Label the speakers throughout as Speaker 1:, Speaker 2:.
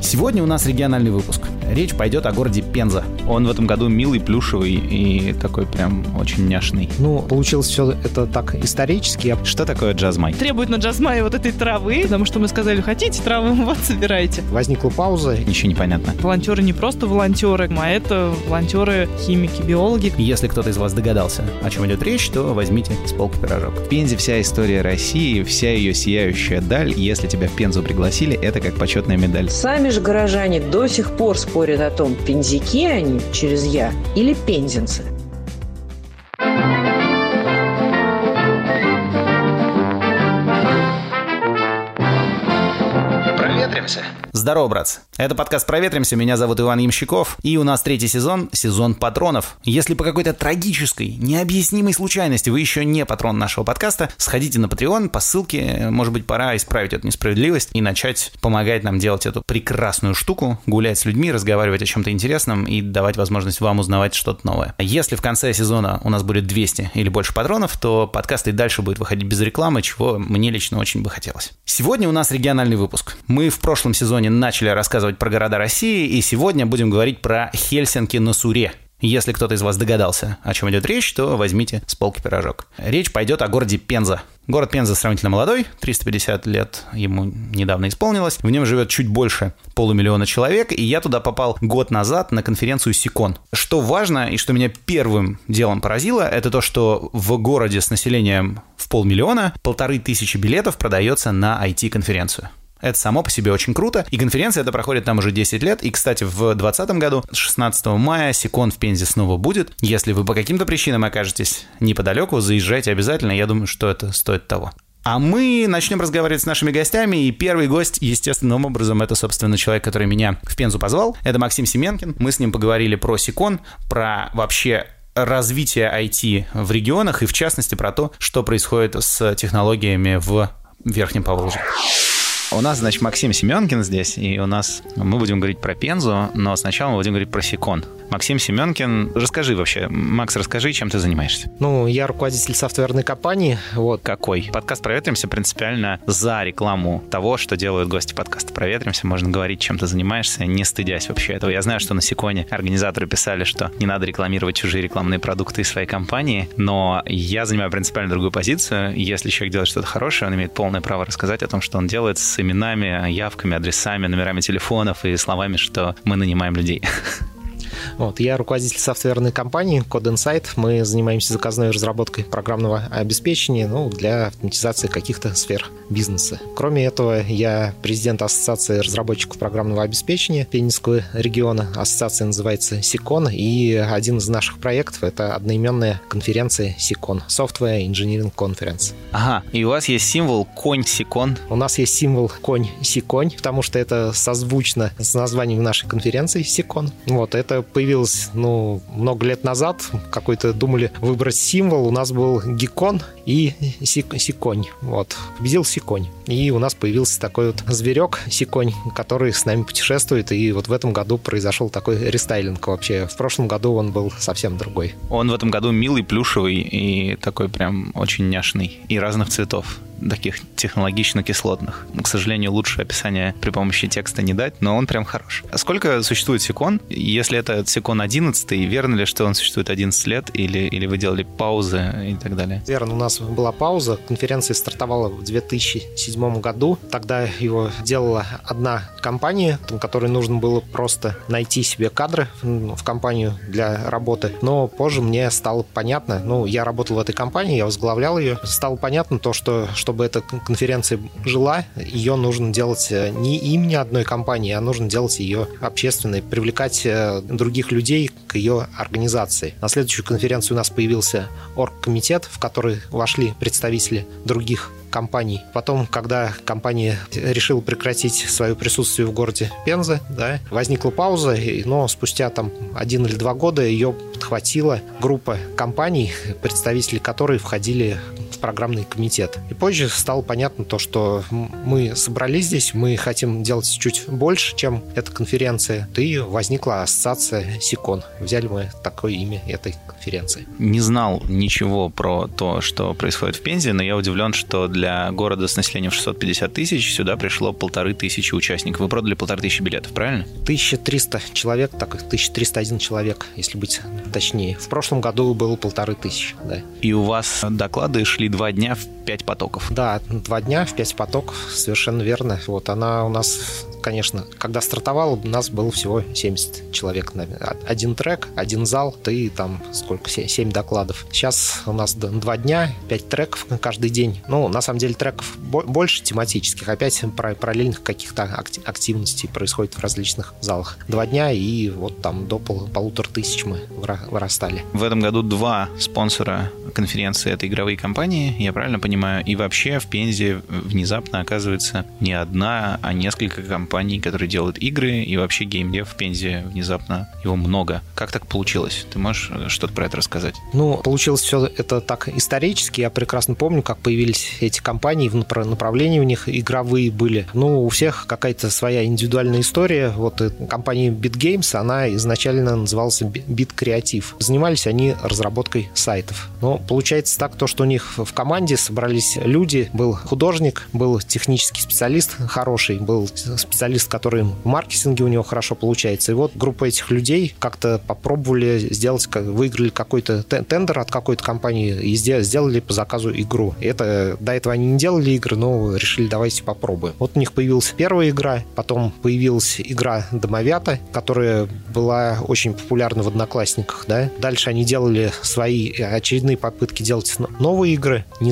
Speaker 1: Сегодня у нас региональный выпуск. Речь пойдет о городе Пенза.
Speaker 2: Он в этом году милый, плюшевый и такой прям очень няшный.
Speaker 3: Получилось все это так исторически.
Speaker 2: Что такое джазмай?
Speaker 4: Требует на джазмае вот этой травы, потому что мы сказали, хотите травы, вот собирайте.
Speaker 3: Возникла пауза.
Speaker 2: Ничего не понятно.
Speaker 4: Волонтеры не просто волонтеры, а это волонтеры, химики, биологи.
Speaker 1: Если кто-то из вас догадался, о чем идет речь, то возьмите с полки пирожок.
Speaker 2: В Пензе вся история России, вся ее сияющая даль. Если тебя в Пензу пригласили, это как почетная медаль.
Speaker 5: Сами же горожане до сих пор спорят о том, пензяки они через «я» или пензенцы.
Speaker 1: Проветримся. Здорово, братцы. Это подкаст «Проветримся». Меня зовут Иван Ямщиков. И у нас третий сезон патронов. Если по какой-то трагической, необъяснимой случайности вы еще не патрон нашего подкаста, сходите на Patreon по ссылке. Может быть, пора исправить эту несправедливость и начать помогать нам делать эту прекрасную штуку, гулять с людьми, разговаривать о чем-то интересном и давать возможность вам узнавать что-то новое. Если в конце сезона у нас будет 200 или больше патронов, то подкаст и дальше будет выходить без рекламы, чего мне лично очень бы хотелось. Сегодня у нас региональный выпуск. Мы в прошлом сезоне начали рассказывать про города России, и сегодня будем говорить про Хельсинки на Суре. Если кто-то из вас догадался, о чем идет речь, то возьмите с полки пирожок. Речь пойдет о городе Пенза. Город Пенза сравнительно молодой, 350 лет ему недавно исполнилось. В нем живет чуть больше 500 000 человек, и я туда попал год назад на конференцию СИКОН. Что важно и что меня первым делом поразило, это то, что в городе с населением в 500 000 1500 билетов продается на IT-конференцию. Это само по себе очень круто, и конференция эта проходит там уже 10 лет, и, кстати, в 2020 году, 16 мая, СИКОН в Пензе снова будет. Если вы по каким-то причинам окажетесь неподалеку, заезжайте обязательно, я думаю, что это стоит того. А мы начнем разговаривать с нашими гостями, и первый гость, естественным образом, это, собственно, человек, который меня в Пензу позвал, это Максим Семенкин. Мы с ним поговорили про СИКОН, про вообще развитие IT в регионах, и в частности про то, что происходит с технологиями в Верхнем Поволжье.
Speaker 2: У нас, значит, Максим Семенкин здесь, и мы будем говорить про Пензу, но сначала мы будем говорить про СИКОН. Максим Семенкин, расскажи вообще, Макс, расскажи, чем ты занимаешься.
Speaker 3: Я руководитель софтверной компании.
Speaker 2: Какой? Подкаст «Проветримся» принципиально за рекламу того, что делают гости подкаста «Проветримся». Можно говорить, чем ты занимаешься, не стыдясь вообще этого. Я знаю, что на СИКОНе организаторы писали, что не надо рекламировать чужие рекламные продукты из своей компании, но я занимаю принципиально другую позицию. Если человек делает что-то хорошее, он имеет полное право рассказать о том, что он делает с именами, явками, адресами, номерами телефонов и словами, что мы нанимаем людей.
Speaker 3: Я руководитель софтверной компании Code Insight. Мы занимаемся заказной разработкой программного обеспечения для автоматизации каких-то сфер бизнеса. Кроме этого, я президент Ассоциации разработчиков программного обеспечения Пензенского региона. Ассоциация называется СИКОН, и один из наших проектов — это одноименная конференция СИКОН, Software Engineering Conference.
Speaker 2: Ага, и у вас есть символ конь СИКОН?
Speaker 3: У нас есть символ конь СИКОНь, потому что это созвучно с названием нашей конференции СИКОН. Это появилось, много лет назад. Думали выбрать символ. У нас был Геккон и Сиконь. Победил Сиконь. И у нас появился такой зверек Сиконь, который с нами путешествует. И в этом году произошел такой рестайлинг вообще. В прошлом году он был совсем другой.
Speaker 2: Он в этом году милый, плюшевый и такой прям очень няшный. И разных цветов. Таких технологично-кислотных. К сожалению, лучше описание при помощи текста не дать, но он прям хорош. А сколько существует СИКОН? Если это СИКОН 11, верно ли, что он существует 11 лет, или вы делали паузы и так далее?
Speaker 3: Верно, у нас была пауза. Конференция стартовала в 2007 году. Тогда его делала одна компания, которой нужно было просто найти себе кадры в компанию для работы. Но позже мне стало понятно, я работал в этой компании, я возглавлял ее, стало понятно то, что чтобы эта конференция жила, ее нужно делать не имени одной компании, а нужно делать ее общественной, привлекать других людей к ее организации. На следующую конференцию у нас появился оргкомитет, в который вошли представители других компаний. Потом, когда компания решила прекратить свое присутствие в городе Пенза, возникла пауза, но спустя 1 или 2 года ее подхватила группа компаний, представители которой входили в программный комитет. И позже стало понятно то, что мы собрались здесь, мы хотим делать чуть больше, чем эта конференция. И возникла ассоциация СИКОН. Взяли мы такое имя этой конференции.
Speaker 2: Не знал ничего про то, что происходит в Пензе, но я удивлен, что для города с населением 650 тысяч сюда пришло 1500 участников. Вы продали 1500 билетов, правильно?
Speaker 3: 1300 человек, так 1301 человек, если быть точнее. В прошлом году было 1500, да.
Speaker 2: И у вас доклады шли 2 дня в 5 потоков.
Speaker 3: Да, 2 дня в 5 потоков, совершенно верно. Вот она у нас... Конечно, когда стартовала, у нас было всего 70 человек. Один трек, один зал, и там сколько? 7 докладов. Сейчас у нас 2 дня, 5 треков каждый день. Ну, на самом деле, треков больше тематических. Опять параллельных каких-то активностей происходит в различных залах. 2 дня, и вот там до 1500 мы вырастали.
Speaker 2: В этом году 2 спонсора конференции — это игровые компании, я правильно понимаю? И вообще в Пензе внезапно оказывается не одна, а несколько компаний, которые делают игры, и вообще геймдев в Пензе внезапно его много. Как так получилось? Ты можешь что-то про это рассказать?
Speaker 3: Ну, получилось все это так исторически. Я прекрасно помню, как появились эти компании, направления у них игровые были. Ну, у всех какая-то своя индивидуальная история. Вот компания BitGames, она изначально называлась BitCreative. Занимались они разработкой сайтов. Но получается так, то, что у них в команде собрались люди. Был художник, был технический специалист хороший, был специалист, который в маркетинге у него хорошо получается. И вот группа этих людей как-то попробовали сделать, выиграли какой-то тендер от какой-то компании и сделали по заказу игру. И до этого они не делали игры, но решили, давайте попробуем. Вот у них появилась первая игра, потом появилась игра Домовята, которая была очень популярна в Одноклассниках, да. Дальше они делали свои очередные попытки делать новые игры. Не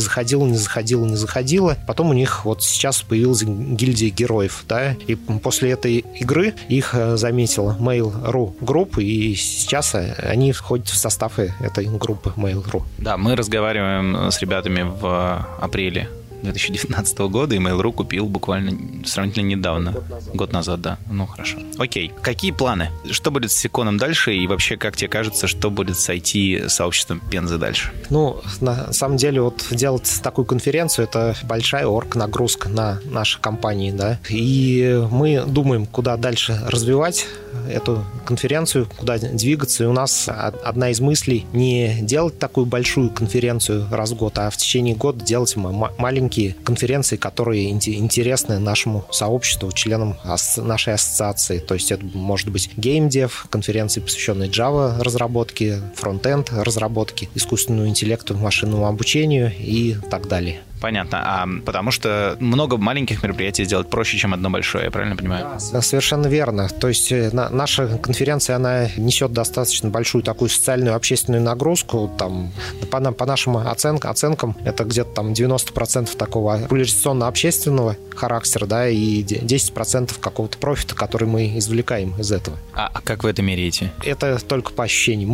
Speaker 3: заходило. Потом у них вот сейчас появилась гильдия героев, да. И после этой игры их заметила Mail.ru Group, и сейчас они входят в состав этой группы Mail.ru.
Speaker 2: Да, мы разговариваем с ребятами в апреле 2019 года, и Mail.ru купил буквально сравнительно недавно. Год назад, да. Ну, хорошо. Окей. Какие планы? Что будет с Секоном дальше? И вообще, как тебе кажется, что будет с IT-сообществом Пензы дальше?
Speaker 3: Ну, на самом деле, вот делать такую конференцию — это большая орг-нагрузка на наши компании, да. И мы думаем, куда дальше развивать эту конференцию, куда двигаться. И у нас одна из мыслей — не делать такую большую конференцию раз в год, а в течение года делать маленькие конференции, которые интересны нашему сообществу, членам нашей ассоциации. То есть это может быть геймдев, конференции, посвященные Java разработке, фронт-энд разработке, искусственному интеллекту, машинному обучению и так далее.
Speaker 2: Понятно. Потому что много маленьких мероприятий сделать проще, чем одно большое, я правильно понимаю?
Speaker 3: Да, совершенно верно. То есть наша конференция, она несет достаточно большую такую социальную, общественную нагрузку. Там, по нашим оценкам, это где-то там 90% такого популяризационно-общественного характера, да, и 10% какого-то профита, который мы извлекаем из этого.
Speaker 2: А как вы это меряете?
Speaker 3: Это только по ощущениям.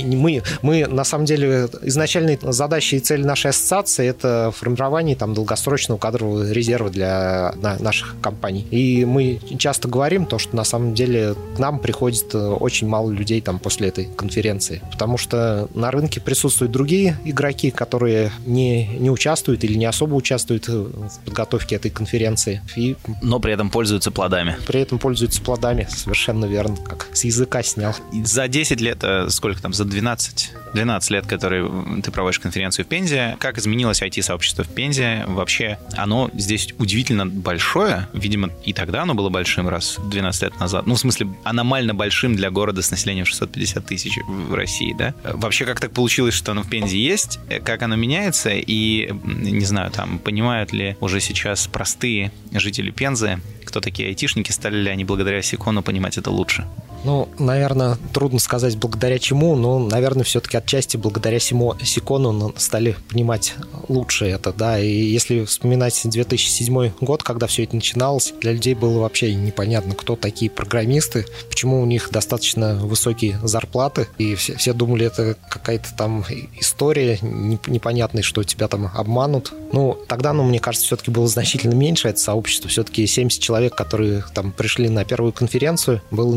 Speaker 3: Мы на самом деле, изначальной задачей и целью нашей ассоциации — это формирование там долгосрочного кадрового резерва для наших компаний. И мы часто говорим то, что на самом деле к нам приходит очень мало людей там после этой конференции, потому что на рынке присутствуют другие игроки, которые не участвуют или не особо участвуют в подготовке этой конференции.
Speaker 2: Но при этом пользуются плодами.
Speaker 3: Совершенно верно, как с языка снял.
Speaker 2: За 10 лет, сколько там, за 12 лет, которые ты проводишь конференцию в Пензе, как изменилось IT-сообщество в Пензе? Вообще, оно здесь удивительно большое. Видимо, и тогда оно было большим, раз 12 лет назад. Ну, в смысле, аномально большим для города с населением 650 тысяч в России, да? Вообще, как так получилось, что оно в Пензе есть? Как оно меняется? И, не знаю, там, понимают ли уже сейчас простые жители Пензы, кто такие айтишники, стали ли они благодаря Секону понимать это лучше?
Speaker 3: Ну, наверное, трудно сказать благодаря чему, но, наверное, все-таки отчасти благодаря Секону стали понимать лучше это, да. И если вспоминать 2007 год, когда все это начиналось, для людей было вообще непонятно, кто такие программисты, почему у них достаточно высокие зарплаты, и все думали, это какая-то там история непонятная, что тебя там обманут. Ну, тогда, мне кажется, все-таки было значительно меньше это сообщество, все-таки 70 человек, которые там пришли на первую конференцию, было не так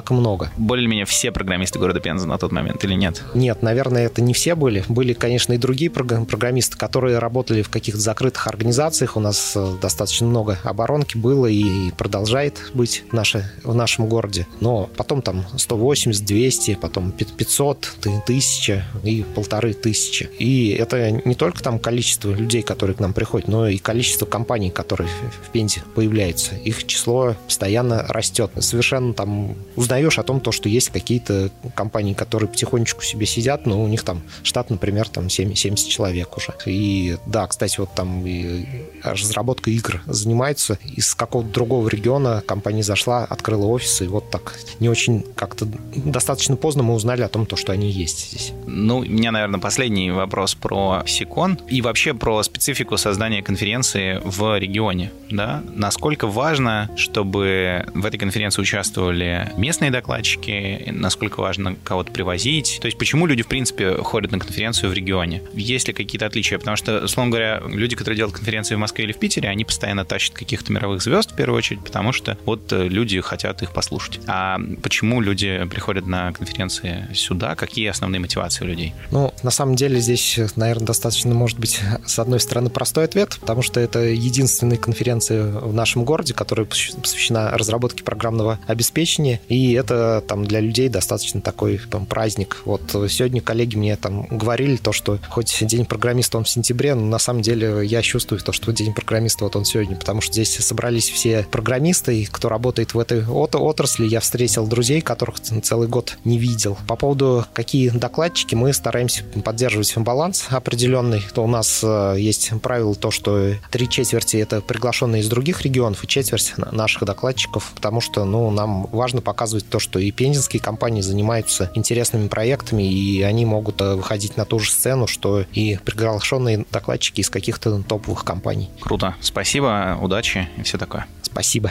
Speaker 3: так и много.
Speaker 2: Более-менее все программисты города Пенза на тот момент или нет?
Speaker 3: Нет, наверное, это не все были. Были, конечно, и другие программисты, которые работали в каких-то закрытых организациях. У нас достаточно много оборонки было и продолжает быть в нашем городе. Но потом там 180, 200, потом 500, 1000 и 1500. И это не только там количество людей, которые к нам приходят, но и количество компаний, которые в Пензе появляются. Их число постоянно растет. Совершенно там узнаешь о том, что есть какие-то компании, которые потихонечку себе сидят, но у них там штат, например, там 70 человек уже. И да, кстати, вот там и разработка игр занимается. Из какого-то другого региона компания зашла, открыла офис, и вот так не очень как-то достаточно поздно мы узнали о том, что они есть здесь.
Speaker 2: Ну, у меня, наверное, последний вопрос про Секон и вообще про специфику создания конференции в регионе. Да? Насколько важно, чтобы в этой конференции участвовали местные докладчики, насколько важно кого-то привозить? То есть почему люди, в принципе, ходят на конференцию в регионе? Есть ли какие-то отличия? Потому что, условно говоря, люди, которые делают конференции в Москве или в Питере, они постоянно тащат каких-то мировых звезд, в первую очередь, потому что вот люди хотят их послушать. А почему люди приходят на конференции сюда? Какие основные мотивации у людей?
Speaker 3: Ну, на самом деле здесь, наверное, достаточно, может быть, с одной стороны, простой ответ, потому что это единственная конференция в нашем городе, которая посвящена разработке программного обеспечения, и это там для людей достаточно такой там праздник. Вот сегодня коллеги мне там говорили что хоть День программиста он в сентябре, но на самом деле я чувствую что День программиста вот он сегодня, потому что здесь собрались все программисты, кто работает в этой отрасли. Я встретил друзей, которых целый год не видел. По поводу какие докладчики, мы стараемся поддерживать баланс определенный. То у нас есть правило что 3/4 это приглашенные из других регионов и четверть наших докладчиков, потому что нам важно показывать что и пензенские компании занимаются интересными проектами, и они могут выходить на ту же сцену, что и приглашенные докладчики из каких-то топовых компаний.
Speaker 2: Круто. Спасибо, удачи и все такое.
Speaker 3: Спасибо.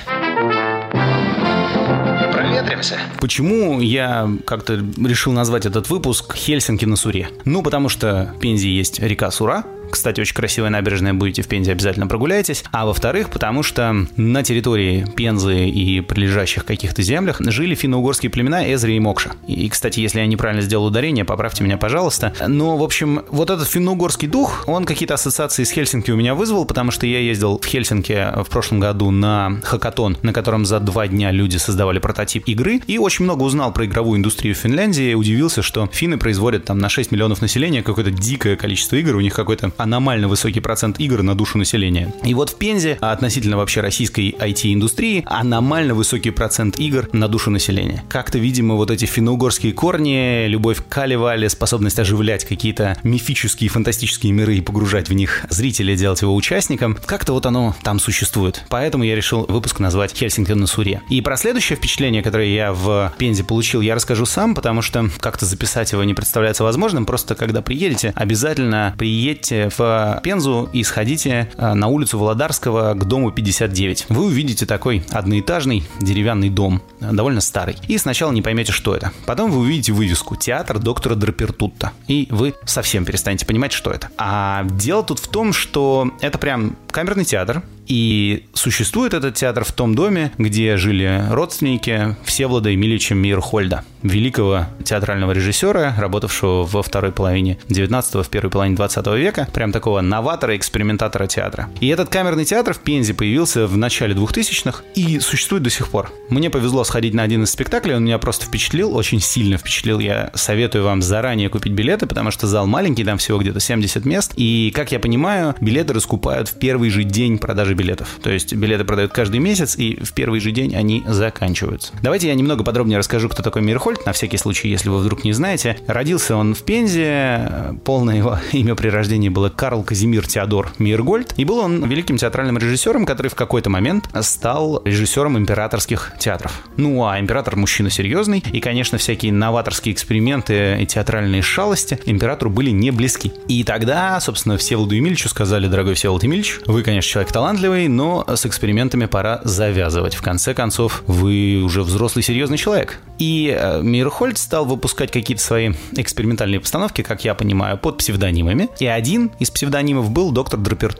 Speaker 1: Проветримся. Почему я как-то решил назвать этот выпуск «Хельсинки на Суре»? Ну, потому что в Пензе есть река Сура. Кстати, очень красивая набережная, будете в Пензе, обязательно прогуляйтесь. А во-вторых, потому что на территории Пензы и прилежащих каких-то землях жили финно-угорские племена Эзри и Мокша. И, кстати, если я неправильно сделал ударение, поправьте меня, пожалуйста. Но, в общем, вот этот финно-угорский дух, он какие-то ассоциации с Хельсинки у меня вызвал, потому что я ездил в Хельсинки в прошлом году на хакатон, на котором за 2 дня люди создавали прототип игры, и очень много узнал про игровую индустрию в Финляндии. Удивился, что финны производят там на 6 миллионов населения какое-то дикое количество игр, у них какой-то аномально высокий процент игр на душу населения. И вот в Пензе, относительно вообще российской IT-индустрии, аномально высокий процент игр на душу населения. Как-то, видимо, вот эти финно-угорские корни, любовь к Калевале, способность оживлять какие-то мифические, фантастические миры и погружать в них зрителей, делать его участником, как-то вот оно там существует. Поэтому я решил выпуск назвать «Хельсинки на Суре». И про следующее впечатление, которое я в Пензе получил, я расскажу сам, потому что как-то записать его не представляется возможным. Просто когда приедете, обязательно приедьте в Пензу и сходите на улицу Володарского к дому 59. Вы увидите такой одноэтажный деревянный дом, довольно старый. И сначала не поймете, что это. Потом вы увидите вывеску «Театр доктора Драпертутта». И вы совсем перестанете понимать, что это. А дело тут в том, что это прям камерный театр. И существует этот театр в том доме, где жили родственники Всеволода Емельевича Мейерхольда, великого театрального режиссера, работавшего во второй половине 19-го, в первой половине 20 века, прям такого новатора, экспериментатора театра. И этот камерный театр в Пензе появился в начале 2000-х и существует до сих пор. Мне повезло сходить на один из спектаклей, он меня просто впечатлил, очень сильно впечатлил. Я советую вам заранее купить билеты, потому что зал маленький, там всего где-то 70 мест. И, как я понимаю, билеты раскупают в первый же день продажи билетов. То есть билеты продают каждый месяц, и в первый же день они заканчиваются. Давайте я немного подробнее расскажу, кто такой Мейерхольд, на всякий случай, если вы вдруг не знаете. Родился он в Пензе, полное его имя при рождении было Карл Казимир Теодор Мейергольд, и был он великим театральным режиссером, который в какой-то момент стал режиссером императорских театров. Ну, а император мужчина серьезный, и, конечно, всякие новаторские эксперименты и театральные шалости императору были не близки. И тогда, собственно, Всеволоду Емельевичу сказали: дорогой Всеволод Емельевич, вы, конечно, человек талантливый, но с экспериментами пора завязывать. В конце концов, вы уже взрослый серьезный человек. И Мейерхольд стал выпускать какие-то свои экспериментальные постановки, как я понимаю, под псевдонимами. И один из псевдонимов был доктор Драпертутта.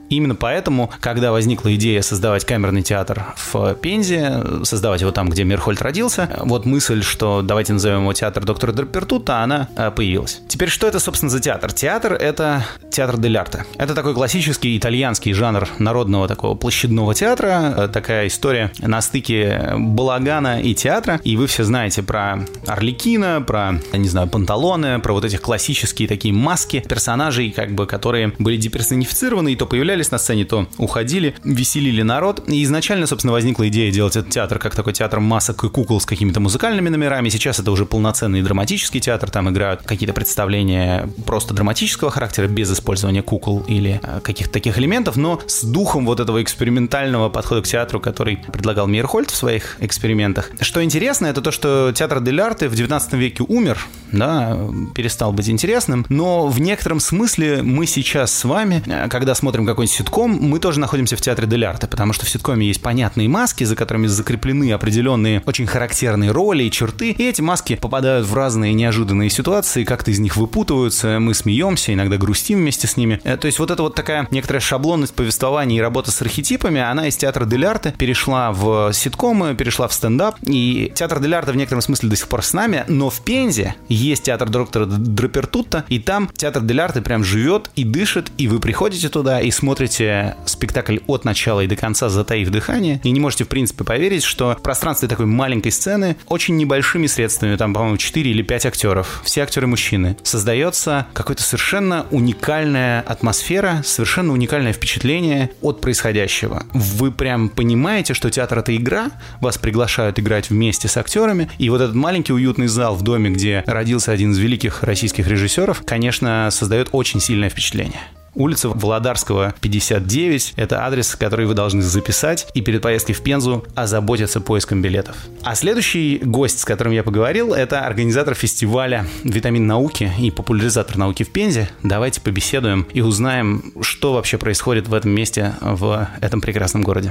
Speaker 1: Именно поэтому, когда возникла идея создавать камерный театр в Пензе, создавать его там, где Мейерхольд родился, вот мысль, что давайте назовем его театр доктора Драпертутта, она появилась. Теперь, что это, собственно, за театр? Театр — это театр дель арте. Это такой классический итальянский жанр народного такого площадного театра, такая история на стыке балагана и театра, и вы все знаете про Арлекино, про, не знаю, Панталоне, про вот этих классические такие маски персонажей, как бы, которые были деперсонифицированы, и то появлялись на сцене, то уходили, веселили народ. И изначально, собственно, возникла идея делать этот театр как такой театр масок и кукол с какими-то музыкальными номерами. Сейчас это уже полноценный драматический театр, там играют какие-то представления просто драматического характера, без использования кукол или каких-то таких элементов, но с духом вот этого экспериментального подхода к театру, который предлагал Мейерхольд в своих экспериментах. Что интересно, это то, что театр дель арте в 19 веке умер, да, перестал быть интересным, но в некотором смысле мы сейчас с вами, когда смотрим какой-нибудь ситком, мы тоже находимся в театре дель арте, потому что в ситкоме есть понятные маски, за которыми закреплены определенные очень характерные роли и черты, и эти маски попадают в разные неожиданные ситуации, как-то из них выпутываются, мы смеемся, иногда грустим вместе с ними. То есть вот эта вот такая некоторая шаблонность повествования и работа с архетипами, она из театра дель арте перешла в ситкомы, перешла в стендап, и театр дель арте в некотором смысле до сих пор с нами, но в Пензе есть театр доктора Драпертутта, и там театр дель арте прям живет и дышит, и вы приходите туда и смотрите спектакль от начала и до конца, затаив дыхание, и не можете, в принципе, поверить, что в пространстве такой маленькой сцены очень небольшими средствами, там, по-моему, 4 или 5 актеров, все актеры мужчины, создается какое-то совершенно уникальная атмосфера, совершенно уникальное впечатление от происходящего. Вы прям понимаете, что театр — это игра, вас приглашают играть вместе с актерами, и вот этот маленький уютный зал в доме, где родился один из великих российских режиссеров, конечно, создает очень сильное впечатление. Улица Володарского, 59. Это адрес, который вы должны записать и перед поездкой в Пензу озаботиться поиском билетов. А следующий гость, с которым я поговорил, это организатор фестиваля «Витамин науки» и популяризатор науки в Пензе. Давайте побеседуем и узнаем, что вообще происходит в этом месте, в этом прекрасном городе.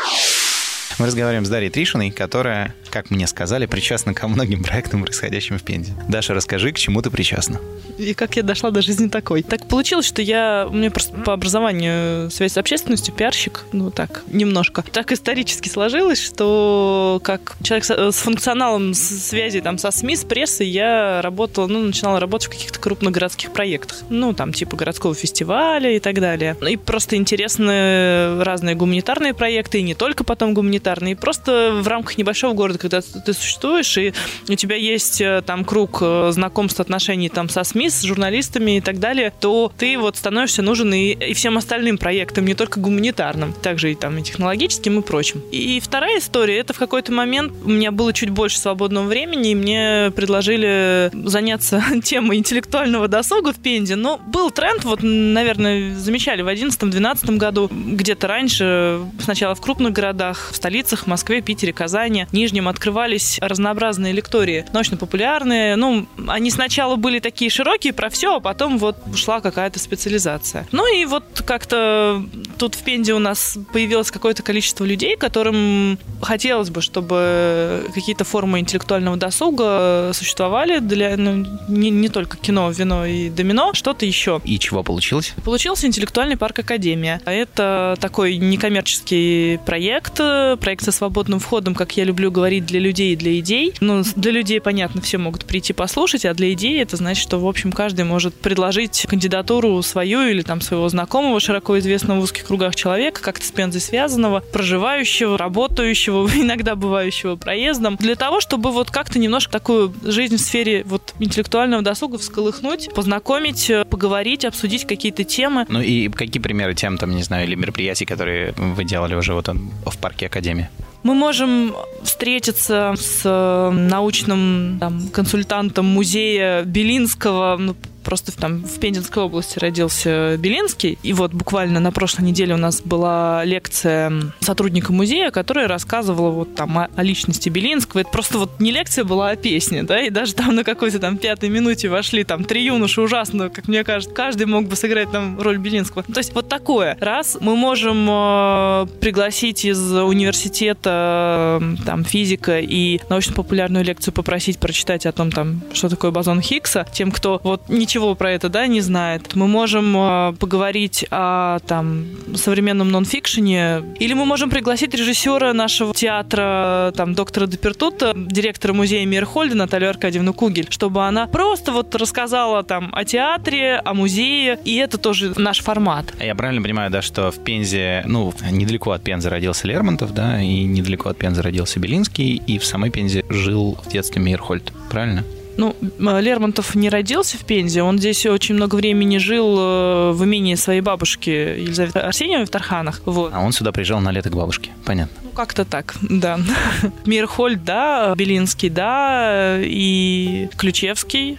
Speaker 2: Мы разговариваем с Дарьей Тришиной, которая, как мне сказали, причастна ко многим проектам, происходящим в Пензе. Даша, расскажи, к чему ты причастна?
Speaker 4: И как я дошла до жизни такой. Так получилось, что у меня просто по образованию связь с общественностью, пиарщик, ну так, немножко. Так исторически сложилось, что как человек с функционалом связи там со СМИ, с прессой, я работала, начинала работать в каких-то крупных городских проектах. Там типа городского фестиваля и так далее. И просто интересны разные гуманитарные проекты, и не только потом гуманитарные. И просто в рамках небольшого города, когда ты существуешь, и у тебя есть там круг знакомств, отношений там со СМИ, с журналистами и так далее, то ты вот становишься нужен и всем остальным проектам, не только гуманитарным, также и там и технологическим и прочим. И вторая история, это в какой-то момент у меня было чуть больше свободного времени, и мне предложили заняться темой интеллектуального досуга в Пензе. Но был тренд, вот, наверное, замечали в 2011-2012 году, где-то раньше, сначала в крупных городах, в столицах, Москве, Питере, Казани, Нижнем открывались разнообразные лектории, научно-популярные. Они сначала были такие широкие про все, а потом вот шла какая-то специализация. И вот как-то тут в Пензе у нас появилось какое-то количество людей, которым хотелось бы, чтобы какие-то формы интеллектуального досуга существовали для не только кино, вино и домино, что-то еще.
Speaker 2: И чего получилось?
Speaker 4: Получился интеллектуальный парк «Академия». Это такой некоммерческий проект со свободным входом, как я люблю говорить, для людей и для идей. Для людей, понятно, все могут прийти послушать, а для идей это значит, что, в общем, каждый может предложить кандидатуру свою или там своего знакомого, широко известного в узких кругах человека, как-то с Пензой связанного, проживающего, работающего, иногда бывающего проездом, для того, чтобы вот как-то немножко такую жизнь в сфере вот интеллектуального досуга всколыхнуть, познакомить, поговорить, обсудить какие-то темы.
Speaker 2: И какие примеры тем, там, не знаю, или мероприятий, которые вы делали уже вот в парке «Академия»?
Speaker 4: Мы можем встретиться с научным консультантом музея Белинского. Просто там в Пензенской области родился Белинский. И вот буквально на прошлой неделе у нас была лекция сотрудника музея, которая рассказывала вот там о личности Белинского. Это просто вот не лекция была, а песня, да, и даже там на какой-то там 5-й минуте вошли там 3 юноши, ужасно, как мне кажется, каждый мог бы сыграть там роль Белинского. То есть вот такое. Раз мы можем пригласить из университета там физика и научно-популярную лекцию попросить прочитать о том, там, что такое бозон Хиггса, тем, кто вот не ничего про это, да, не знает. Мы можем поговорить о там современном нон-фикшене, или мы можем пригласить режиссера нашего театра, там, доктора Депертута, директора музея Мейерхольда Наталью Аркадьевну Кугель, чтобы она просто вот рассказала там о театре, о музее, и это тоже наш формат.
Speaker 2: Я правильно понимаю, да, что в Пензе, ну, недалеко от Пензы родился Лермонтов, да, и недалеко от Пензы родился Белинский, и в самой Пензе жил в детстве Мейерхольд, правильно?
Speaker 4: Ну, Лермонтов не родился в Пензе, он здесь очень много времени жил в имении своей бабушки Елизаветы Арсеньевны в Тарханах. Вот.
Speaker 2: А он сюда приезжал на лето к бабушке, понятно.
Speaker 4: Ну, как-то так, да. Мейерхольд, да, Белинский, да, и Ключевский,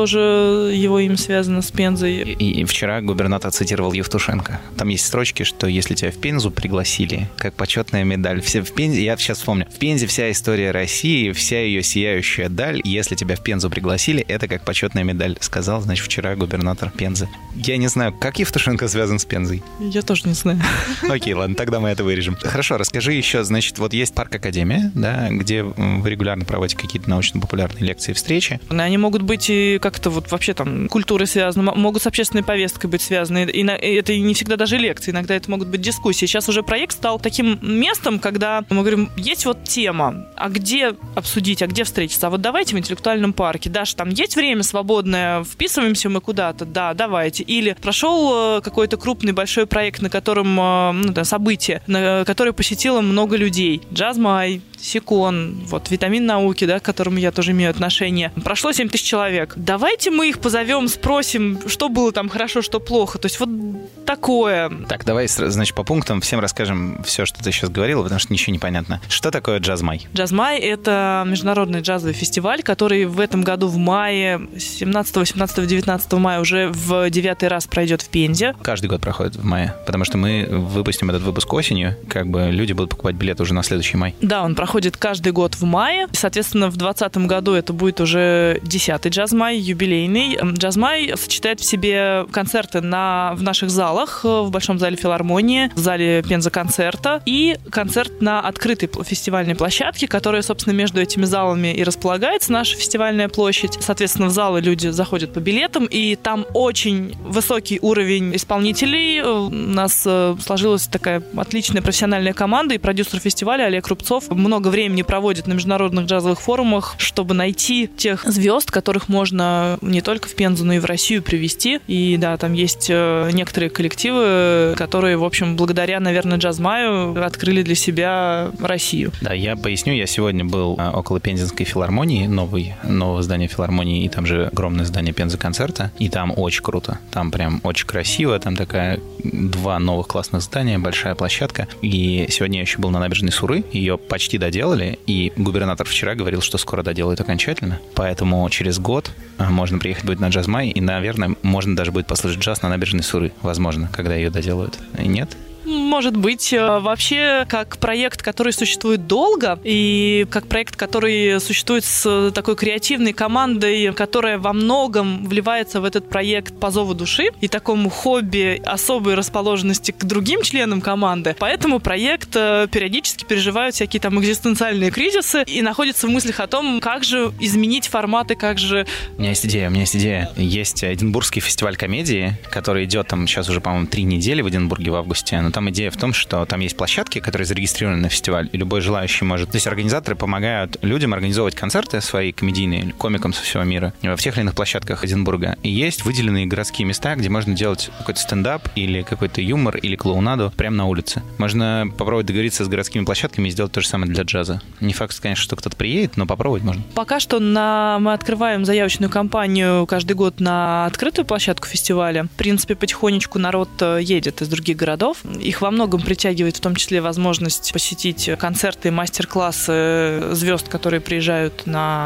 Speaker 4: тоже его имя связано с Пензой.
Speaker 2: И вчера губернатор цитировал Евтушенко. Там есть строчки, что если тебя в Пензу пригласили, как почетная медаль, все в Пензе, я сейчас вспомню, в Пензе вся история России, вся ее сияющая даль, если тебя в Пензу пригласили, это как почетная медаль, сказал, значит, вчера губернатор Пензы. Я не знаю, как Евтушенко связан с Пензой?
Speaker 4: Я тоже не знаю.
Speaker 2: Окей, ладно, тогда мы это вырежем. Хорошо, расскажи еще, значит, вот есть парк Академия, да, где вы регулярно проводите какие-то научно-популярные лекции, встречи.
Speaker 4: Они могут быть и как-то вот вообще там культурой связаны, могут с общественной повесткой быть связаны. И это не всегда даже лекции, иногда это могут быть дискуссии. Сейчас уже проект стал таким местом, когда мы говорим, есть вот тема, а где обсудить, а где встретиться? А вот давайте в интеллектуальном парке. Даша, там есть время свободное, вписываемся мы куда-то? Да, давайте. Или прошел какой-то крупный большой проект, на котором, ну, да, событие, на которое посетило много людей. Джазмай, Секон, вот, Витамин науки, да, к которому я тоже имею отношение. Прошло 7 тысяч человек. Давайте мы их позовем, спросим, что было там хорошо, что плохо. То есть вот такое.
Speaker 2: Так, давай, значит, по пунктам всем расскажем все, что ты сейчас говорила, потому что ничего не понятно. Что такое Джазмай?
Speaker 4: Джазмай — это международный джазовый фестиваль, который в этом году в мае, 17, 18, 19 мая уже в 9-й раз пройдет в Пензе.
Speaker 2: Каждый год проходит в мае, потому что мы выпустим этот выпуск осенью, как бы люди будут покупать билеты уже на следующий май.
Speaker 4: Да, он проходит каждый год в мае. Соответственно, в 2020 году это будет уже 10-й Джазмай, юбилейный. Джазмай сочетает в себе концерты в наших залах, в Большом зале филармонии, в зале Пенза концерта и концерт на открытой фестивальной площадке, которая, собственно, между этими залами и располагается, наша фестивальная площадь. Соответственно, в залы люди заходят по билетам, и там очень высокий уровень исполнителей. У нас сложилась такая отличная профессиональная команда, и продюсер фестиваля Олег Рубцов много времени проводит на международных джазовых форумах, чтобы найти тех звезд, которых можно не только в Пензу, но и в Россию привезти. И да, там есть некоторые коллективы, которые, в общем, благодаря, наверное, Джазмаю открыли для себя Россию.
Speaker 2: Да, я поясню, я сегодня был около Пензенской филармонии, нового здания филармонии, и там же огромное здание Пенза концерта, и там очень круто, там прям очень красиво, там такая 2 новых классных здания, большая площадка, и сегодня я еще был на набережной Суры, ее почти доделали, и губернатор вчера говорил, что скоро доделают окончательно, поэтому через год можно приехать будет на Джазмай, и, наверное, можно даже будет послушать джаз на набережной Суры, возможно, когда ее доделают. И нет?
Speaker 4: Может быть. Вообще, как проект, который существует долго, и как проект, который существует с такой креативной командой, которая во многом вливается в этот проект по зову души и такому хобби особой расположенности к другим членам команды. Поэтому проект периодически переживает всякие там экзистенциальные кризисы и находится в мыслях о том, как же изменить форматы, как же...
Speaker 2: У меня есть идея. Есть Эдинбургский фестиваль комедии, который идет там сейчас уже, по-моему, 3 недели в Эдинбурге в августе. Но там идея в том, что там есть площадки, которые зарегистрированы на фестиваль, и любой желающий может... То есть организаторы помогают людям организовывать концерты свои комедийные, комикам со всего мира, во всех или иных площадках Эдинбурга. И есть выделенные городские места, где можно делать какой-то стендап или какой-то юмор или клоунаду прямо на улице. Можно попробовать договориться с городскими площадками и сделать то же самое для джаза. Не факт, конечно, что кто-то приедет, но попробовать можно.
Speaker 4: Пока что мы открываем заявочную кампанию каждый год на открытую площадку фестиваля. В принципе, потихонечку народ едет из других городов. Их во многом притягивает в том числе возможность посетить концерты и мастер-классы звезд, которые приезжают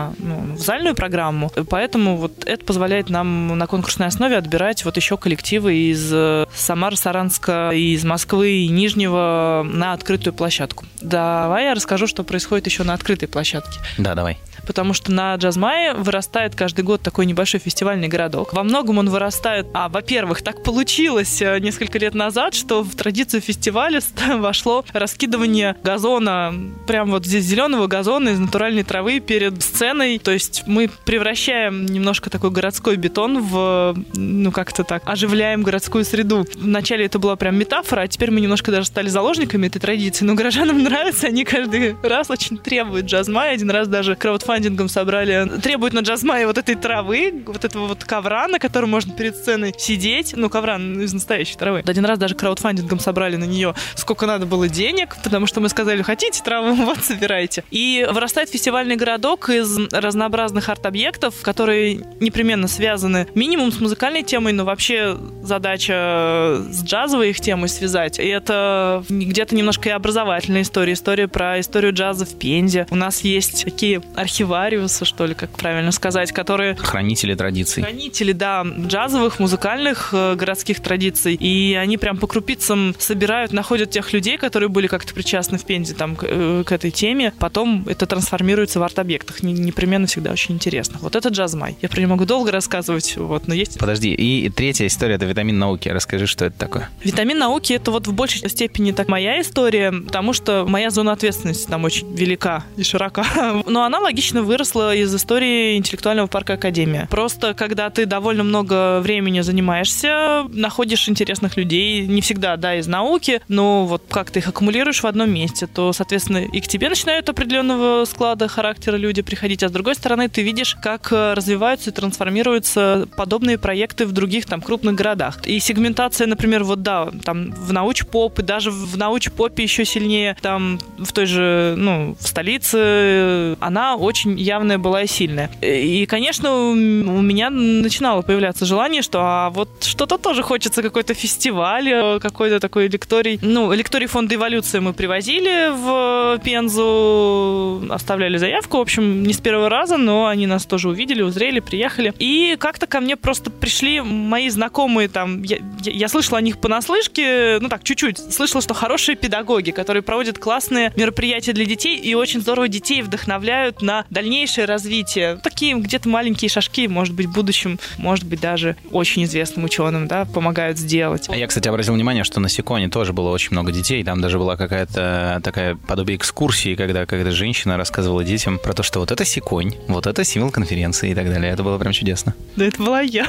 Speaker 4: в зальную программу. Поэтому вот это позволяет нам на конкурсной основе отбирать вот еще коллективы из Самары, Саранска, из Москвы и Нижнего на открытую площадку. Давай я расскажу, что происходит еще на открытой площадке.
Speaker 2: Да, давай.
Speaker 4: Потому что на Джазмае вырастает каждый год такой небольшой фестивальный городок. Во многом он вырастает... во-первых, так получилось несколько лет назад, что в традиции концепцию фестиваля вошло раскидывание газона, прям вот здесь зеленого газона из натуральной травы перед сценой. То есть мы превращаем немножко такой городской бетон в, как-то так, оживляем городскую среду. Вначале это была прям метафора, а теперь мы немножко даже стали заложниками этой традиции. Но горожанам нравится, они каждый раз очень требуют джаз-май. Один раз даже краудфандингом собрали. Требуют на джаз-май вот этой травы, вот этого вот ковра, на котором можно перед сценой сидеть. Ковра из настоящей травы. Один раз даже краудфандингом собрали на нее сколько надо было денег, потому что мы сказали, хотите траву, вот собирайте. И вырастает фестивальный городок из разнообразных арт-объектов, которые непременно связаны минимум с музыкальной темой, но вообще задача с джазовой их темой связать. И это где-то немножко и образовательная история про историю джаза в Пензе. У нас есть такие архивариусы, что ли, как правильно сказать, которые...
Speaker 2: Хранители традиций.
Speaker 4: Хранители, да, джазовых, музыкальных, городских традиций. И они прям по крупицам собирают, находят тех людей, которые были как-то причастны в Пензе там, к этой теме. Потом это трансформируется в арт-объектах. Непременно всегда очень интересно. Вот это джаз-май. Я про него могу долго рассказывать, но есть...
Speaker 2: Подожди, и третья история — это витамин науки. Расскажи, что это такое.
Speaker 4: Витамин науки — это вот в большей степени так моя история, потому что моя зона ответственности там очень велика и широка. Но она логично выросла из истории интеллектуального парка Академия. Просто когда ты довольно много времени занимаешься, находишь интересных людей, не всегда, да, из науки, но вот как ты их аккумулируешь в одном месте, то, соответственно, и к тебе начинают определенного склада характера люди приходить, а с другой стороны ты видишь, как развиваются и трансформируются подобные проекты в других там крупных городах. И сегментация, например, там в научпоп, и даже в научпопе еще сильнее, там в той же, в столице, она очень явная была и сильная. И, конечно, у меня начинало появляться желание, что вот что-то тоже хочется, какой-то фестиваль, какой-то такой лекторий. Лекторий фонда «Эволюция» мы привозили в Пензу, оставляли заявку, в общем, не с первого раза, но они нас тоже увидели, узрели, приехали. И как-то ко мне просто пришли мои знакомые, там, я слышала о них понаслышке, чуть-чуть, слышала, что хорошие педагоги, которые проводят классные мероприятия для детей и очень здорово детей вдохновляют на дальнейшее развитие. Такие где-то маленькие шажки, может быть, в будущем, может быть, даже очень известным ученым, да, помогают сделать.
Speaker 2: Я, кстати, обратил внимание, что на Сиконе тоже было очень много детей, там даже была какая-то такая подобие экскурсии, когда женщина рассказывала детям про то, что вот это Сиконь, вот это символ конференции и так далее. Это было прям чудесно.
Speaker 4: Да это была я.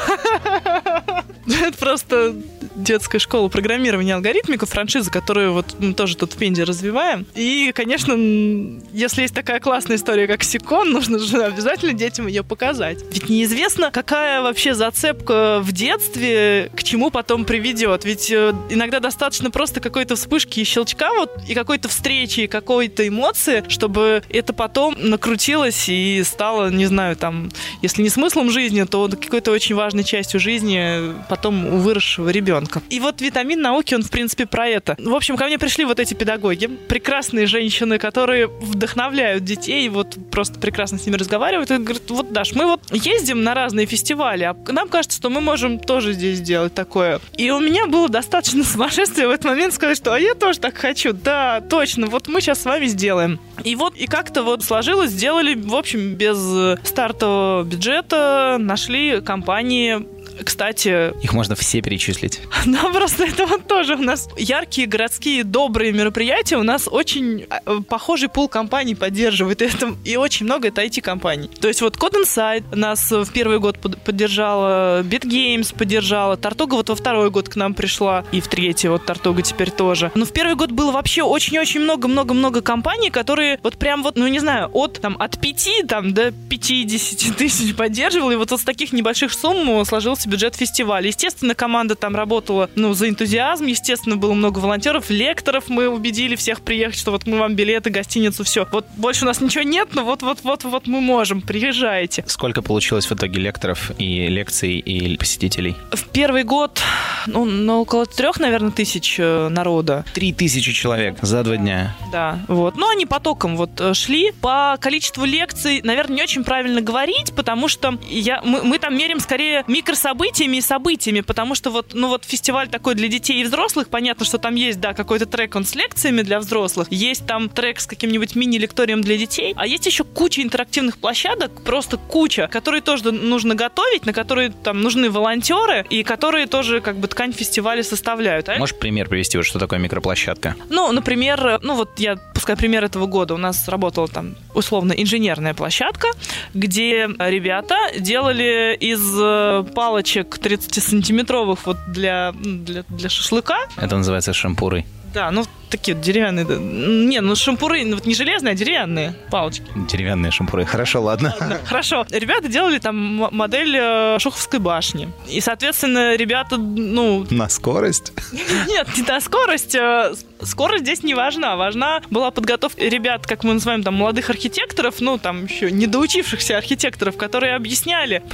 Speaker 4: Это просто детская школа программирования алгоритмика, франшиза, которую вот мы тоже тут в Пензе развиваем. И, конечно, если есть такая классная история, как Сикон, нужно же обязательно детям ее показать. Ведь неизвестно, какая вообще зацепка в детстве к чему потом приведет. Ведь иногда достаточно просто какой-то вспышки и щелчка и какой-то встречи, и какой-то эмоции, чтобы это потом накрутилось и стало, не знаю, там, если не смыслом жизни, то какой-то очень важной частью жизни потом у выросшего ребенка. И вот витамин науки, он, в принципе, про это. В общем, ко мне пришли вот эти педагоги, прекрасные женщины, которые вдохновляют детей, просто прекрасно с ними разговаривают, и говорят, Даш, мы ездим на разные фестивали, а нам кажется, что мы можем тоже здесь сделать такое. И у меня было достаточно сумасшествия в этот момент сказать, что я тоже так хочу, да, точно, мы сейчас с вами сделаем. И как-то сложилось, сделали, в общем, без стартового бюджета, нашли компании. Кстати...
Speaker 2: Их можно все перечислить.
Speaker 4: Да, просто это тоже у нас яркие, городские, добрые мероприятия. У нас очень похожий пул компаний поддерживает это. И очень много это IT-компаний. То есть Code Insight нас в первый год поддержала, BitGames поддержала, Тартуга во второй год к нам пришла, и в третий Тартуга теперь тоже. Но в первый год было вообще очень-очень много-много-много компаний, которые прям не знаю, от 5 до 50 тысяч поддерживала, и с таких небольших сумм сложился бюджет фестиваля. Естественно, команда там работала, за энтузиазм, естественно, было много волонтеров, лекторов, мы убедили всех приехать, что мы вам билеты, гостиницу, все. Больше у нас ничего нет, но мы можем, приезжайте.
Speaker 2: Сколько получилось в итоге лекторов и лекций и посетителей?
Speaker 4: В первый год, около 3, наверное, тысяч народа.
Speaker 2: 3000 человек за 2 дня.
Speaker 4: Да, но они потоком шли. По количеству лекций, наверное, не очень правильно говорить, потому что мы там меряем скорее микрособытия, событиями, потому что вот фестиваль такой для детей и взрослых, понятно, что там есть, да, какой-то трек, он с лекциями для взрослых, есть там трек с каким-нибудь мини-лекторием для детей, а есть еще куча интерактивных площадок, просто куча, которые тоже нужно готовить, на которые там нужны волонтеры, и которые тоже как бы ткань фестиваля составляют.
Speaker 2: Можешь пример привести, вот что такое микроплощадка?
Speaker 4: Например, я пускай пример этого года. У нас работала там условно инженерная площадка, где ребята делали из палочек 30-сантиметровых вот для шашлыка.
Speaker 2: Это называется шампуры.
Speaker 4: Да, такие вот деревянные. Не, шампуры, не железные, а деревянные палочки.
Speaker 2: Деревянные шампуры. Хорошо, ладно.
Speaker 4: Хорошо. Ребята делали там модель Шуховской башни. И, соответственно, ребята,
Speaker 2: На скорость?
Speaker 4: Нет, не на скорость. Скорость здесь не важна. Важна была подготовка ребят, как мы называем, там, молодых архитекторов, там еще недоучившихся архитекторов, которые объясняли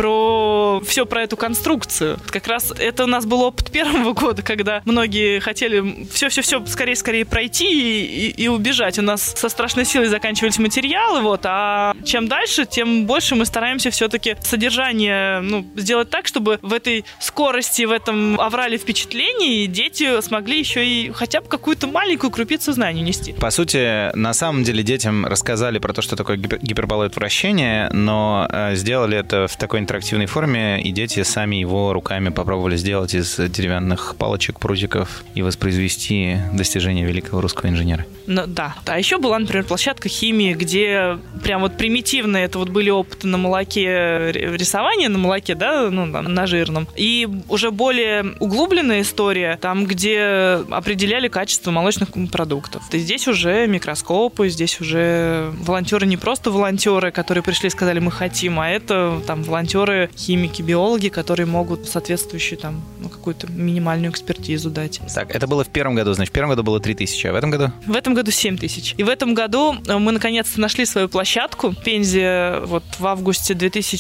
Speaker 4: все про эту конструкцию. Как раз это у нас был опыт первого года, когда многие хотели все скорее пройти и убежать. У нас со страшной силой заканчивались материалы, а чем дальше, тем больше мы стараемся все-таки содержание сделать так, чтобы в этой скорости, в этом аврале впечатлений дети смогли еще и хотя бы какую-то маленькую крупицу знаний нести.
Speaker 2: По сути, на самом деле детям рассказали про то, что такое гиперболоид вращения, но сделали это в такой интерактивной форме, и дети сами его руками попробовали сделать из деревянных палочек, прутиков и воспроизвести достижения великого русского инженера.
Speaker 4: Да. А еще была, например, площадка химии, где прям вот примитивно это вот были опыты на молоке, рисования на молоке, да, на жирном. И уже более углубленная история, там, где определяли качество молочных продуктов. И здесь уже микроскопы, здесь уже волонтеры не просто волонтеры, которые пришли и сказали, мы хотим, а это там волонтеры, химики, биологи, которые могут соответствующую там какую-то минимальную экспертизу дать.
Speaker 2: Так, это было в первом году, значит, в первом году было 3000, а в этом году?
Speaker 4: В этом году 7000. И в этом году мы наконец-то нашли свою площадку. В Пензе в августе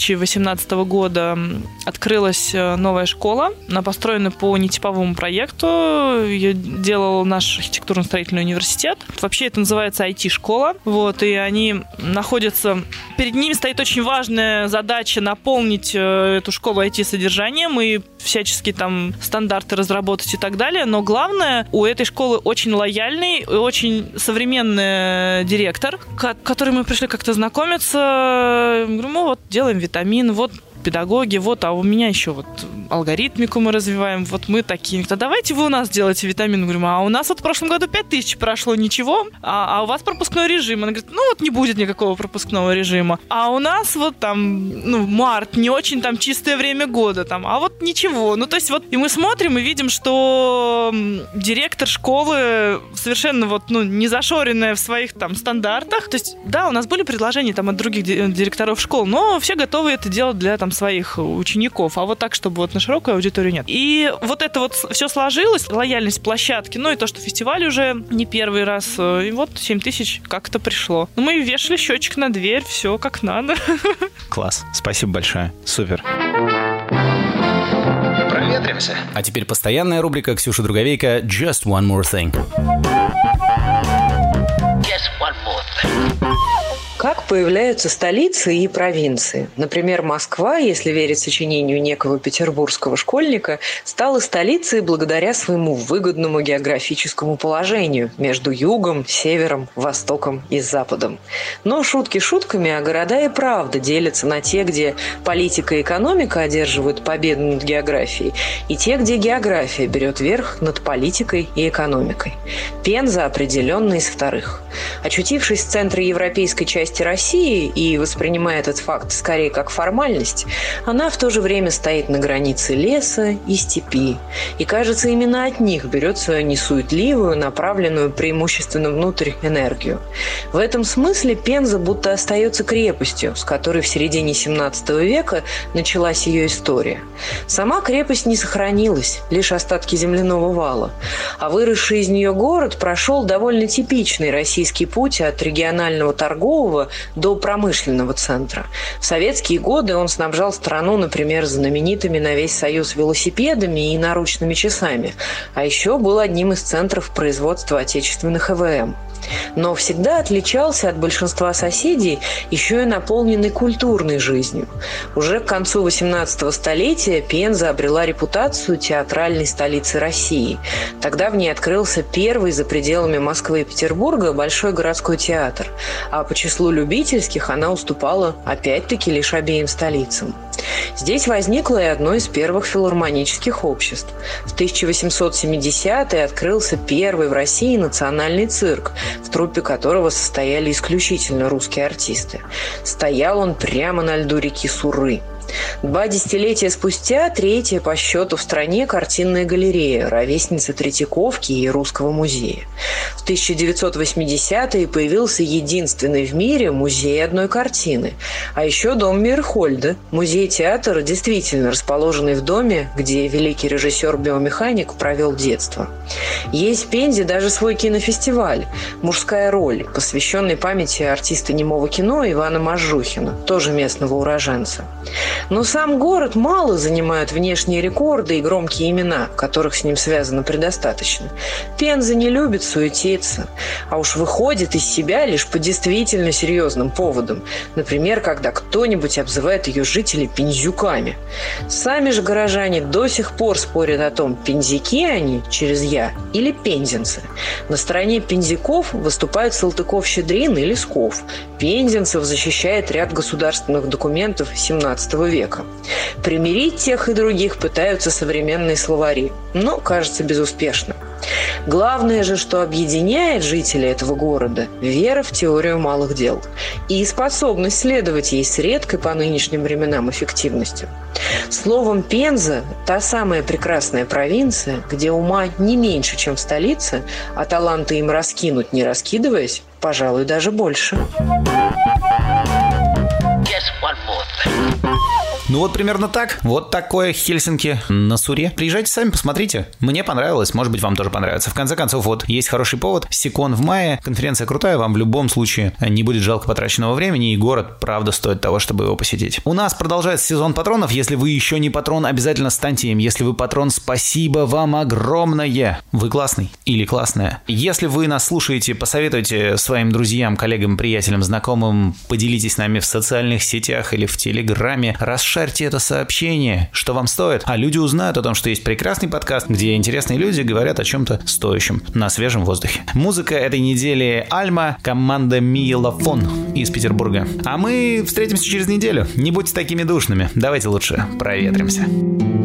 Speaker 4: 2018 года открылась новая школа. Она построена по нетиповому проекту. Ее делал наш архитектурно-строительный университет. Вообще это называется IT-школа. И они находятся... Перед ними стоит очень важная задача наполнить эту школу IT-содержанием и всяческие там стандарты разработать и так далее. Но главное, у этой школы очень лояльный и очень современный директор, к которому мы пришли как-то знакомиться. Говорю, мы делаем витамин, педагоги, а у меня еще алгоритмику мы развиваем, мы такие. Да давайте вы у нас делаете витамин. Говорим, а у нас в прошлом году 5000 прошло, ничего, а у вас пропускной режим. Она говорит, не будет никакого пропускного режима. А у нас март, не очень там чистое время года, а ничего. То есть и мы смотрим и видим, что директор школы совершенно не зашоренная в своих там стандартах. То есть, да, у нас были предложения там от других директоров школ, но все готовы это делать для своих учеников, а так, чтобы на широкую аудиторию нет. И это все сложилось, лояльность площадки, и то, что фестиваль уже не первый раз, и 7000 как-то пришло. Мы вешали счетчик на дверь, все как надо.
Speaker 2: Класс, спасибо большое, супер.
Speaker 1: Проветримся. А теперь постоянная рубрика Ксюши Друговейко «Just one more thing».
Speaker 5: Just one more thing. Как появляются столицы и провинции? Например, Москва, если верить сочинению некого петербургского школьника, стала столицей благодаря своему выгодному географическому положению между югом, севером, востоком и западом. Но шутки шутками, а города и правда делятся на те, где политика и экономика одерживают победу над географией, и те, где география берет верх над политикой и экономикой. Пенза определенно из вторых. Очутившись в центре европейской части России и воспринимая этот факт скорее как формальность, она в то же время стоит на границе леса и степи. И, кажется, именно от них берет свою несуетливую, направленную преимущественно внутрь энергию. В этом смысле Пенза будто остается крепостью, с которой в середине 17 века началась ее история. Сама крепость не сохранилась, лишь остатки земляного вала. А выросший из нее город прошел довольно типичный российский путь от регионального торгового до промышленного центра. В советские годы он снабжал страну, например, знаменитыми на весь Союз велосипедами и наручными часами, а еще был одним из центров производства отечественных ЭВМ. Но всегда отличался от большинства соседей еще и наполненной культурной жизнью. Уже к концу XVIII столетия Пенза обрела репутацию театральной столицы России. Тогда в ней открылся первый за пределами Москвы и Петербурга большой городской театр, а по числу любительских она уступала опять-таки лишь обеим столицам. Здесь возникло и одно из первых филармонических обществ. В 1870-е открылся первый в России национальный цирк, в труппе которого состояли исключительно русские артисты. Стоял он прямо на льду реки Суры. 2 десятилетия спустя третья по счету в стране картинная галерея, ровесница Третьяковки и Русского музея. В 1980-е появился единственный в мире музей одной картины. А еще дом Мейерхольда, музей-театр, действительно расположенный в доме, где великий режиссер-биомеханик провел детство. Есть в Пензе даже свой кинофестиваль «Мужская роль», посвященный памяти артиста немого кино Ивана Мажухина, тоже местного уроженца. Но сам город мало занимают внешние рекорды и громкие имена, которых с ним связано предостаточно. Пенза не любит суетиться, а уж выходит из себя лишь по действительно серьезным поводам. Например, когда кто-нибудь обзывает ее жителей пензюками. Сами же горожане до сих пор спорят о том, пензяки они через «я» или пензенцы. На стороне пензяков выступают Салтыков-Щедрин и Лесков. Пензенцев защищает ряд государственных документов XVII века. Примирить тех и других пытаются современные словари, но, кажется, безуспешно. Главное же, что объединяет жителей этого города – вера в теорию малых дел и способность следовать ей с редкой по нынешним временам эффективностью. Словом, Пенза – та самая прекрасная провинция, где ума не меньше, чем в столице, а таланты им раскинуть, не раскидываясь, пожалуй, даже больше.
Speaker 1: Ну вот примерно так. Вот такое Хельсинки на Суре. Приезжайте сами, посмотрите. Мне понравилось, может быть, вам тоже понравится. В конце концов, вот есть хороший повод. Сикон в мае. Конференция крутая, вам в любом случае не будет жалко потраченного времени, и город, правда, стоит того, чтобы его посетить. У нас продолжается сезон патронов. Если вы еще не патрон, обязательно станьте им. Если вы патрон, спасибо вам огромное. Вы классный или классная. Если вы нас слушаете, посоветуйте своим друзьям, коллегам, приятелям, знакомым, поделитесь с нами в социальных сетях или в Телеграме. Расшарьте это сообщение, что вам стоит, а люди узнают о том, что есть прекрасный подкаст, где интересные люди говорят о чем-то стоящем на свежем воздухе. Музыка этой недели Альма, команда Миелофон из Петербурга. А мы встретимся через неделю. Не будьте такими душными. Давайте лучше проветримся.